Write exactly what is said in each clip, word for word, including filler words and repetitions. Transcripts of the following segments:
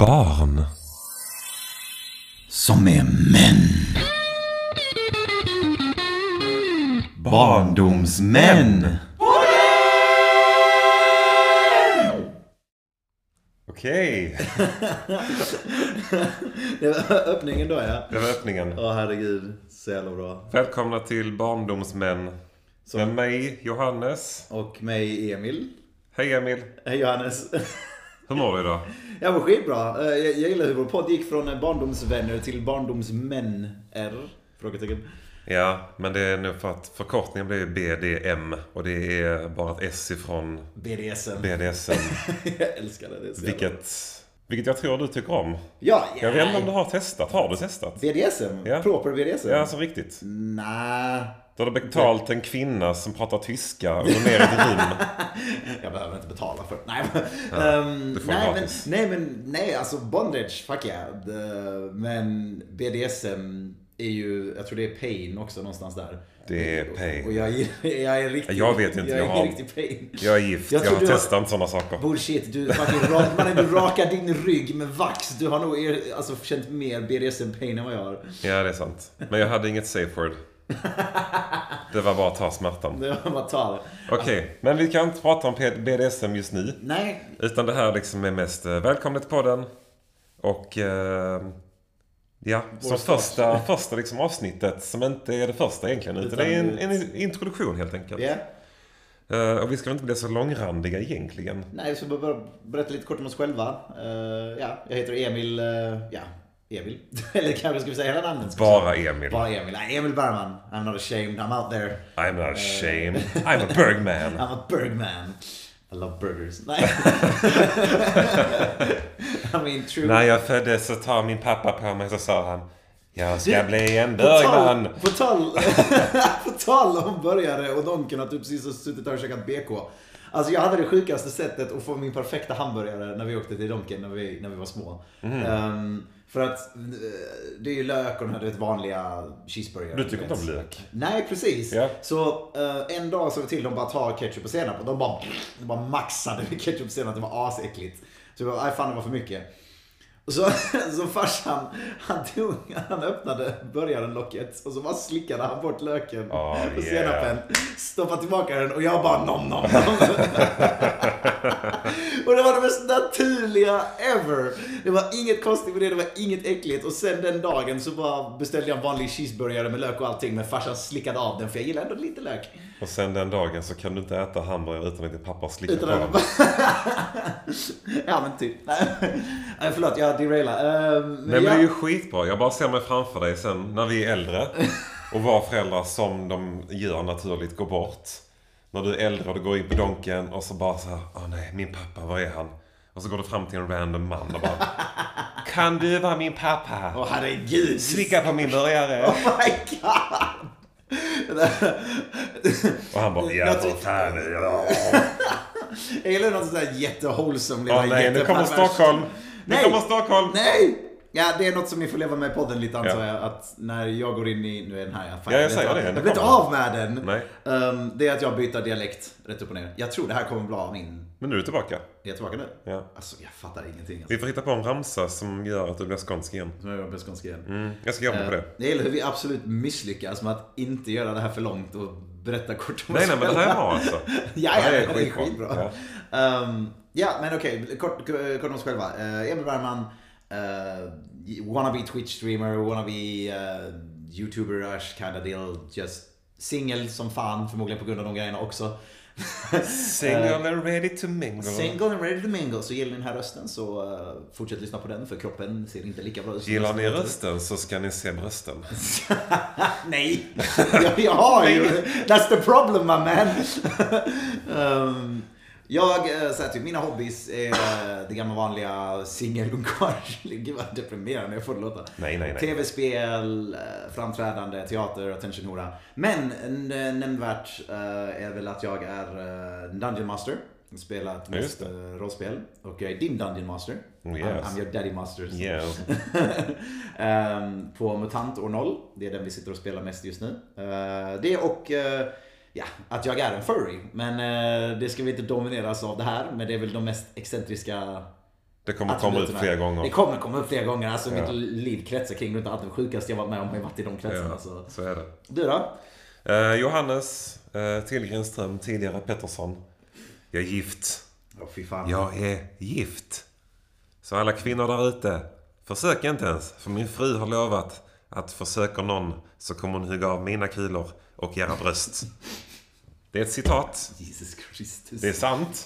barn som är män. Barndomsmän. Okej. Det var öppningen då, ja. Det var öppningen. Åh, herregud, så jävla bra. Välkomna till Barndomsmän. Som... Med mig, Johannes. Och mig, Emil. Hej Emil. Hej Johannes. Hur mår du idag? Jag var skitbra. Jag, jag gillar hur vår podd gick från barndomsvänner till barndomsmän R. Frågetecken. Ja, men det är nu för att förkortningen blir B D M. Och det är bara ett S ifrån B D S M. B D S M. Jag älskar det. det vilket, vilket jag tror du tycker om. Ja, ja. Jag vet inte om du har testat. Har du testat? B D S M? Ja. Proper B D S M? Ja, så riktigt. Nej. Då har du betalt en kvinna som pratar tyska och går ner i ett rum. Jag behöver inte betala för det. Nej, ja, um, nej, men, nej, men nej, alltså bondage, fuck yeah. The, men B D S M är ju, jag tror det är pain också någonstans där. Det är pain. Och jag, jag är riktigt, jag vet inte, jag, jag, är har, riktigt pain. Jag är gift, jag, jag har testat har, sådana saker. Bullshit, du fucking rak, man, du rakar din rygg med vax. Du har nog er, alltså, känt mer B D S M pain än vad jag har. Ja, det är sant. Men jag hade inget safe word. Det var bara att ta smärtan. Det var bara att ta det. Okej, okay, men vi kan inte prata om B D S M just nu. Nej. Utan det här liksom är mest uh, välkommet på den. Och uh, ja, Vår som start. första, första liksom avsnittet som inte är det första egentligen. Utan, utan det är en, en introduktion helt enkelt. Ja. Yeah. Uh, och vi ska inte bli så långrandiga egentligen. Nej, vi ska bara berätta lite kort om oss själva. Uh, ja, jag heter Emil, uh, ja. Emil. Eller kanske ska vi säga hela namnet? Bara Emil. Bara Emil. Nej, Emil Bergman. I'm not ashamed. I'm out there. I'm not ashamed. I'm a Bergman. I'm a Bergman. I love burgers. Nej. I mean, true. När jag föddes så tar min pappa på mig så sa han: jag ska du, bli en Bergman. På tal, på tal om burgare och donken att du precis har suttit där och käkat B K. Alltså jag hade det sjukaste sättet att få min perfekta hamburgare när vi åkte till Donken när vi, när vi var små. Mm. Um, för att det är ju lök och den här vet, vanliga cheeseburgare. Du tycker inte om lök? Nej, precis. Yeah. Så uh, en dag så vi till de bara tar ketchup och senap och de bara, de bara maxade med ketchup och senap. Det var asäckligt. Så jag bara, aj fan det var för mycket. Och så, så farsan, han tog, han öppnade burgaren locket och så bara slickade han bort löken oh, och yeah. senapen, stoppade tillbaka den och jag bara nom nom nom. Och det var det mest naturliga ever. Det var inget konstigt med det, det var inget äckligt. Och sen den dagen så bara beställde jag en vanlig cheeseburgare med lök och allting, men farsan slickade av den för jag gillar ändå lite lök. Och sen den dagen så kan du inte äta hamburgare utan att din pappa slickar på den. Ja men typ. Nej, förlåt, jag derailar. Uh, men Nej men jag... det är ju skitbra. Jag bara ser mig framför dig sen när vi är äldre och var föräldrar som de gör naturligt går bort. När du är äldre och du går in på Donken och så bara så här: åh nej, min pappa, var är han? Och så går du fram till en random man och bara: kan du vara min pappa? Åh oh, herregud. Slicka på min burgare. Oh my god. Och han bara: ja vad fan är jag? Jag gillar något sådär jättehållsam. Åh nej, nu kommer Stockholm. Nu kommer Stockholm. Nej! Ja, det är något som ni får leva med podden lite antar jag. Att när jag går in i, nu är den här. Ja, jag säger det. Jag blir inte av med den. Nej. Um, det är att jag byter dialekt rätt upp och ner. Jag tror det här kommer bli av min... Men nu är du tillbaka. Är jag tillbaka nu? Ja. Alltså, jag fattar ingenting. Alltså. Vi får hitta på en ramsa som gör att du blir skånsk igen. Som jag blir skånsk igen. Mm, jag ska jobba uh, på det. Det gäller hur vi absolut misslyckas med att inte göra det här för långt och berätta kort om Nej, nej, men det här är bra alltså. ja, ja, det är, det är skitbra. Ja, um, ja men okej. Okay. Kort, kort om oss själva. Uh, Emil Bergman. Uh, wannabe Twitch streamer, wannabe uh, YouTuber-ash kind of deal. Just single som fan, förmodligen på grund av de grejerna också. Single and ready to mingle. Single and ready to mingle. Så gillar ni den här rösten så uh, fortsätt lyssna på den, för kroppen ser inte lika bra ut. Gillar ni rösten så ska ni se brösten. Nej, jag, jag har ju. That's the problem my man. um, Jag, så här, typ, mina hobbies är det gamla vanliga singelungkars. Gud vad deprimerande jag får det låta. Nej, nej, nej. Tv-spel, framträdande, teater, attention-hora. Men nämnvärt är väl att jag är Dungeon Master. Spelat mest rollspel. Och jag är din Dungeon Master. Oh, yes. I'm, I'm your daddy master. Yes. um, på Mutant år noll. Det är den vi sitter och spelar mest just nu. Uh, det och... Uh, Ja, att jag är en furry. Men eh, det ska vi inte domineras av det här. Men det är väl de mest excentriska Det kommer komma ut flera gånger. Det kommer komma upp flera gånger. Alltså ja. mitt liv kretsar kring det. Allt det sjukaste jag varit med om har varit i de kretsarna. Ja, så. så är det. Du då? Eh, Johannes eh, Tillgrenström, tidigare Pettersson. Jag är gift. Oh, fy fan. Jag är gift. Så alla kvinnor där ute, försök inte ens. För min fru har lovat att försöker någon så kommer hon hugga av mina kulor och era bröst. Det är ett citat. Jesus Kristus. Det är sant.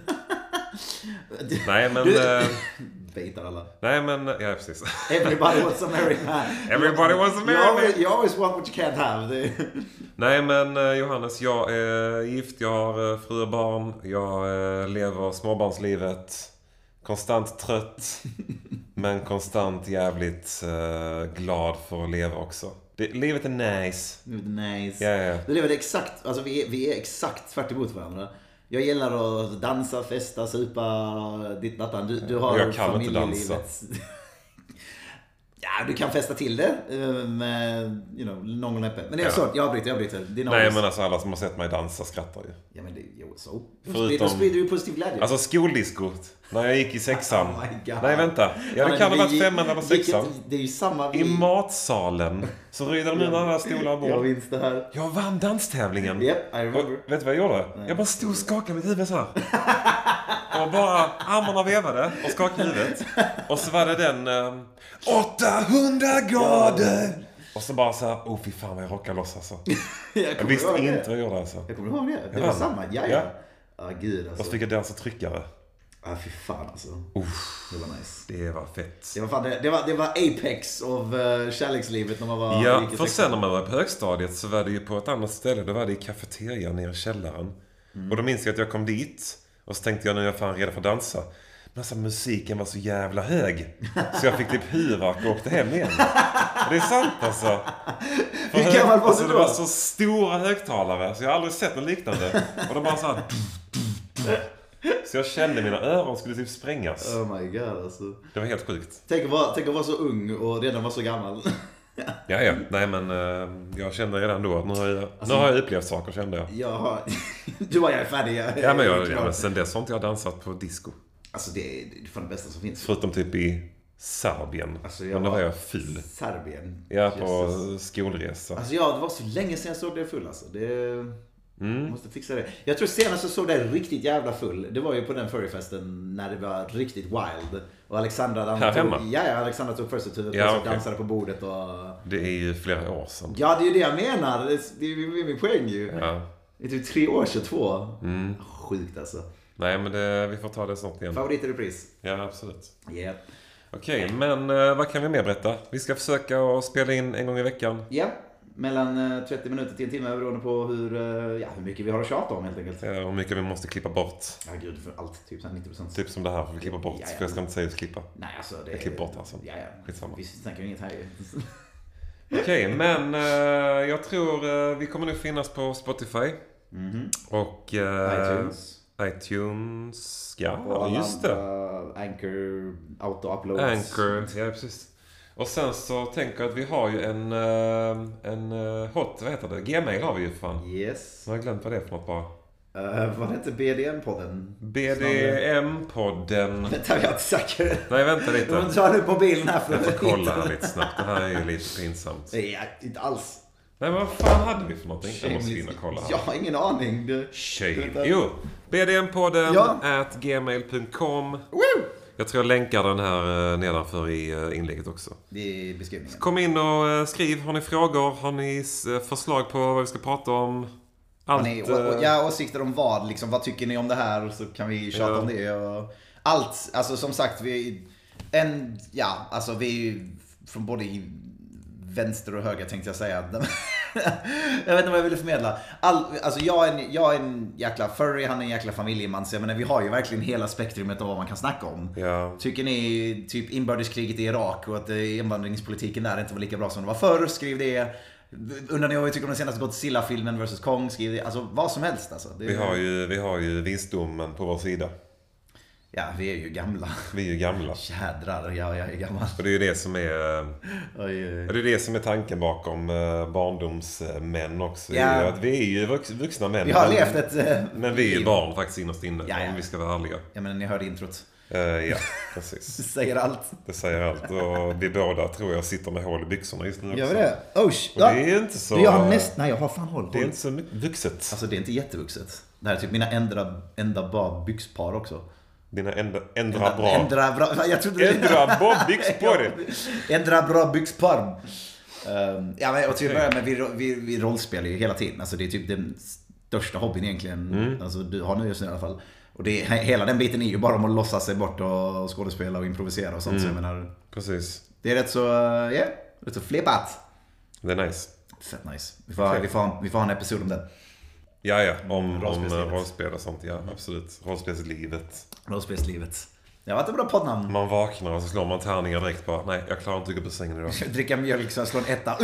Nej men... Du, äh, baitar alla. nej men, ja precis. Everybody wants a married man. Everybody wants a married man. You always, you always want what you can't have. Nej men eh, Johannes, jag är gift, jag har eh, fru och barn. Jag eh, lever småbarnslivet. Konstant trött. Men konstant jävligt eh, glad för att leva också. Det, livet är nice. Livet är nice. Ja, ja. Du lever exakt, alltså vi är, vi är exakt tvärt emot varandra. Jag gillar att dansa, festa, supa, ditt nattan. Du, du har jag kan inte dansa. Ja, du kan festa till det med, you know, någon näppe. Men det är ja. så, jag bryter, jag bryter. Nej, års. Men alltså alla som har sett mig dansa skrattar ju. Ja, men det är ju så. Förutom... Då sprider du positiv glädje. Alltså skoldiskot. När jag gick i sexan. Oh my God. Nej, vänta. Ja, det kan ha varit femman eller sexan. Det är ju samma... I matsalen. Så rydde nu alla stolar och bord. Jag minns det här. Jag vann danstävlingen. Yep, I remember. Och, vet du vad jag gjorde? Nej. Jag bara stod och skakade mitt huvud så här. Och bara armarna vevade och skakade huvudet. Och så var det den eh, åttahundra grader. Och så bara så här, oh fy fan vad jag rockar loss alltså. jag, jag visste inte det. vad jag gjorde alltså. Jag kommer ihåg det. Det jag var samma, ja ja. Ja, ah, gud alltså. Och så fick jag dansa tryckare. Ah, fy fan alltså. Uff, det var nice. Det var fett. Det var, fan, det, det var, det var apex av uh, kärlekslivet när man var... Ja, för sen när man var på högstadiet så var det ju på ett annat ställe. Då var det i kafeterian nere i källaren. Mm. Och då minns jag att jag kom dit. Och så tänkte jag, nu är jag fan redo för att dansa. Men alltså musiken var så jävla hög. Så jag fick typ huvudvärk och åkte hem igen. Och det är sant alltså. För Hur gammal var alltså, du det då? var så stora högtalare. Så jag har aldrig sett något liknande. Och de bara så här... Så jag kände mina öron skulle typ sprängas. Oh my god alltså. Det var helt sjukt. Tänk att vara, tänk att vara så ung och redan vara så gammal. Ja, ja. Nej, men uh, jag kände redan då att nu har jag, alltså, nu har jag upplevt saker, kände jag. Jag har... Du var jag är färdig. Jag, ja, men, jag, ja, men sen dess har inte jag dansat på disco. Alltså det är, det är fan det bästa som finns. Förutom typ i Serbien. Alltså, men då var jag full. Serbien? Ja, på Jesus. Skolresa. Alltså ja, det var så länge sedan jag såg det full alltså. Det... Mm. Måste fixa det. Jag tror senast jag såg det riktigt jävla full. Det var ju på den furryfesten när det var riktigt wild. Och Alexandra här hemma? Ja, ja, Alexandra tog först ett huvud ja, och okay. dansade på bordet och... Det är ju flera år sedan. Ja, det är ju det jag menar. Det är, det är min poäng ju. Ja. Det är typ tre år sedan, två. Mm. Sjukt alltså. Nej, men det, vi får ta det snart igen. Favorit eller pris? Ja, absolut. Yeah. Okej, okay, men uh, vad kan vi mer berätta? Vi ska försöka att spela in en gång i veckan. Ja. Yeah. Mellan trettio minuter till en timme beroende på hur, ja, hur mycket vi har att tjata om helt enkelt. Ja, hur mycket vi måste klippa bort. Ja, gud, för allt. Typ nittio procent. Typ som det här får vi klippa bort. Ja, ja. För jag ska inte säga att klippa. Nej, alltså det... Jag klipper bort alltså. Ja, ja. Skitsamma. Vi snackar ju inget här ju. Okej, okay, men uh, jag tror uh, vi kommer nu finnas på Spotify. Mm-hmm. Och... Uh, iTunes. iTunes. Ja, och just det. Anchor, auto-uploads. Anchor, ja precis. Och sen så tänker jag att vi har ju en, en hot, vad heter det? Gmail har vi ju fan. Yes. Jag har glömt vad det är för något bara. Uh, vad heter B D M-podden? B D M-podden. Vänta, jag är inte säker. Nej, vänta lite. Du tar nu mobilen här för jag får kolla här lite snabbt. Det här är ju lite pinsamt. Nej, inte alls. Nej, men vad fan hade vi för någonting? Jag måste in och kolla här. Jag har ingen aning. Du... Shame. Jo, B D M-podden ja. at gmail punkt com. Woo! Jag tror jag länkar den här nedanför i inlägget också. Det är beskrivningen. Kom in och skriv. Har ni frågor? Har ni förslag på vad vi ska prata om? Allt. Har ni å- ja, åsikter om vad? Liksom, vad tycker ni om det här? Så kan vi tjata ja. om det. Och allt. Alltså som sagt, vi en, ja, alltså vi är ju från både vänster och höger tänkte jag säga. Jag vet inte vad jag ville förmedla. All, alltså jag är, en, jag är en jäkla furry, han är en jäkla familjeman. Så jag menar, vi har ju verkligen hela spektrumet av vad man kan snacka om. Ja. Tycker ni typ inbördeskriget i Irak och att invandringspolitiken där inte var lika bra som det var förr? Skriv det. Undrar ni vad vi tycker om den senaste Godzilla-filmen versus Kong? Skriv det. Alltså vad som helst alltså. Det, vi, har ju, vi har ju visdomen på vår sida. Ja, vi är ju gamla. Vi är ju gamla. Jädrar, ja, jag är gammal. Och det är ju det som är... Oj, oj. Det är det som är tanken bakom barndomsmän också. Ja. Att vi är ju vux, vuxna män. Vi har men, levt ett... Men vi är barn faktiskt innerst inne. Ja, ja. Om vi ska vara ärliga. Ja, men ni hörde introt. Uh, Uh, ja, precis. Det säger allt. Det säger allt. Och vi båda tror jag sitter med hål i byxorna just nu också. Gör vi det? Oh, ja. Det är inte så... Jag har näst... Nej, jag har fan hål. Det är inte så vuxet. Alltså det är inte jättevuxet. Det här är typ mina enda, enda bra byxpar också. Dina ändra, ändra bra... Ändra bra... Jag trodde det... Ändra bra byxpar. Ändra bra byxpar. Um, ja, men, och till okay. Men vi, vi, vi rollspelar ju hela tiden. Alltså det är typ den största hobbyn egentligen. Mm. Alltså du har nu just nu i alla fall. Och det, hela den biten är ju bara om att låtsas sig bort och skådespela och improvisera och sånt. Mm. Så jag menar, precis. Det är rätt så, ja, yeah, rätt så flippat. Det är nice. Fett nice. Vi får, okay. vi får, ha, vi får ha en episod om det. Ja, ja. Om, om rollspel och sånt. Ja, absolut. Rollspelslivet. Rollspelslivet. Det har varit ett bra poddnamn. Man vaknar och så slår man tärningar direkt bara. Nej, jag klarar inte att gå på sängen idag. Dricka mjölk så jag slår en etta.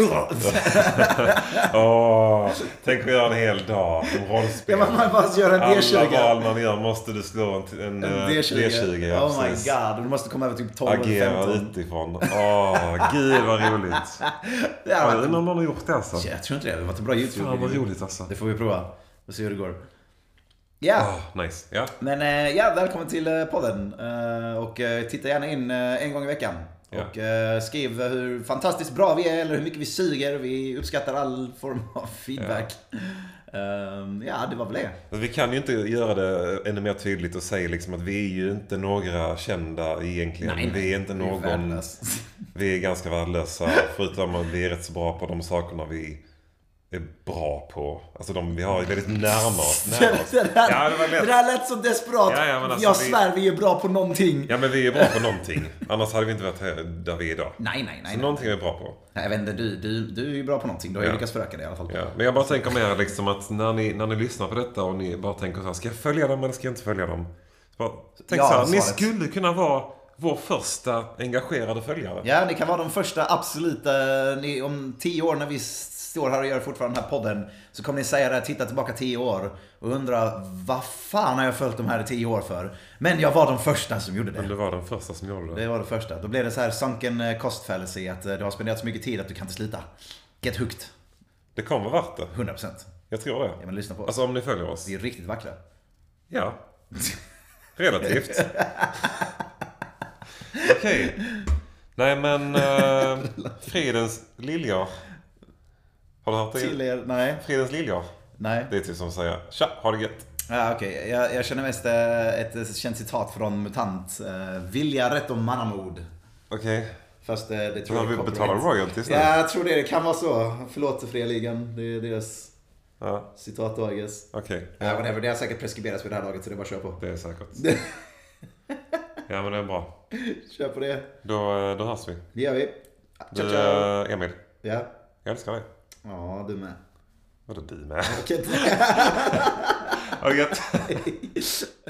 Åh, tänk att göra en hel dag. En rollspel. Ja, man bara gör en D tjugo. Alla val man gör måste du slå en, en, en D tjugo. D tjugo ja, oh my god. Du måste komma över typ tolv agera femton. Utifrån. Åh, gud vad roligt. Jag vet inte om någon har gjort det alltså. Jag tror inte det. Det var ett bra YouTube. Fan vad roligt alltså. Det får vi prova. Och se hur det går. Ja, oh, nice. yeah. Men äh, ja, välkommen till äh, podden äh, och äh, titta gärna in äh, en gång i veckan yeah. Och äh, skriv hur fantastiskt bra vi är eller hur mycket vi suger. Vi uppskattar all form av feedback. Yeah. um, Ja, det var väl det. Vi kan ju inte göra det ännu mer tydligt och säga liksom att vi är ju inte några kända egentligen. Nej, vi är inte någon. Är vi är ganska värdelösa förutom att vi är rätt så bra på de sakerna vi är bra på. Alltså de, vi har väldigt närma oss. Närma oss. det, där, ja, det, var lätt. det där lät så desperat. Ja, ja, men alltså, jag svär, vi... vi är bra på någonting. Ja, men vi är bra på någonting. Annars hade vi inte varit här där vi är idag. Nej, nej, nej. Så någonting är vi bra på. Jag vet inte, du, du, du är ju bra på någonting. Du har ju ja. lyckats föröka det i alla fall. Ja. Men jag bara tänker mer liksom att när ni, när ni lyssnar på detta och ni bara tänker så här, ska jag följa dem eller ska jag inte följa dem? Så bara, tänk ja, så här, ni skulle kunna vara vår första engagerade följare. Ja, ni kan vara de första absoluta, ni, om tio år när vi står här och gör fortfarande den här podden, så kommer ni säga det här, titta tillbaka tio år och undra, vad fan har jag följt de här i tio år för? Men jag var de första som gjorde det. Men du var den första som gjorde det. Det var det första. Då blev det så här sunken cost fallacy, att du har spenderat så mycket tid att du kan inte slita. Get hooked. Det kommer vara värt det. hundra procent. Jag tror det. Ja, men lyssna på oss. Alltså om ni följer oss. Vi är riktigt vackra. Ja. Relativt. Okej. Okay. Nej men uh, Fridens liljor. Har du hört det? Till er, nej. Fridens liljor. Nej. Det är typ som att säga, tja, har det gött. Ja, okej. Okay. Jag, jag känner mest ett, ett känt citat från MUTANT. Vilja, rätt och mannamod. Okej. Okay. Fast det, det tror jag... Har vi betalat royalties nu? Ja, jag tror det. Det kan vara så. Förlåt Fria Ligan. Det är deras ja. citat då, I guess. Okej. Okay. Ja, whatever. Det har säkert preskriberats vid det här laget, så det är bara att köra på. Det är säkert. Ja, men det är bra. Kör på det. Då, då hörs vi. Det gör vi. Ciao, ciao. Emil. Ja. Jag älskar dig. Ja, du med. Vadå du med? Okej. Ha det gött.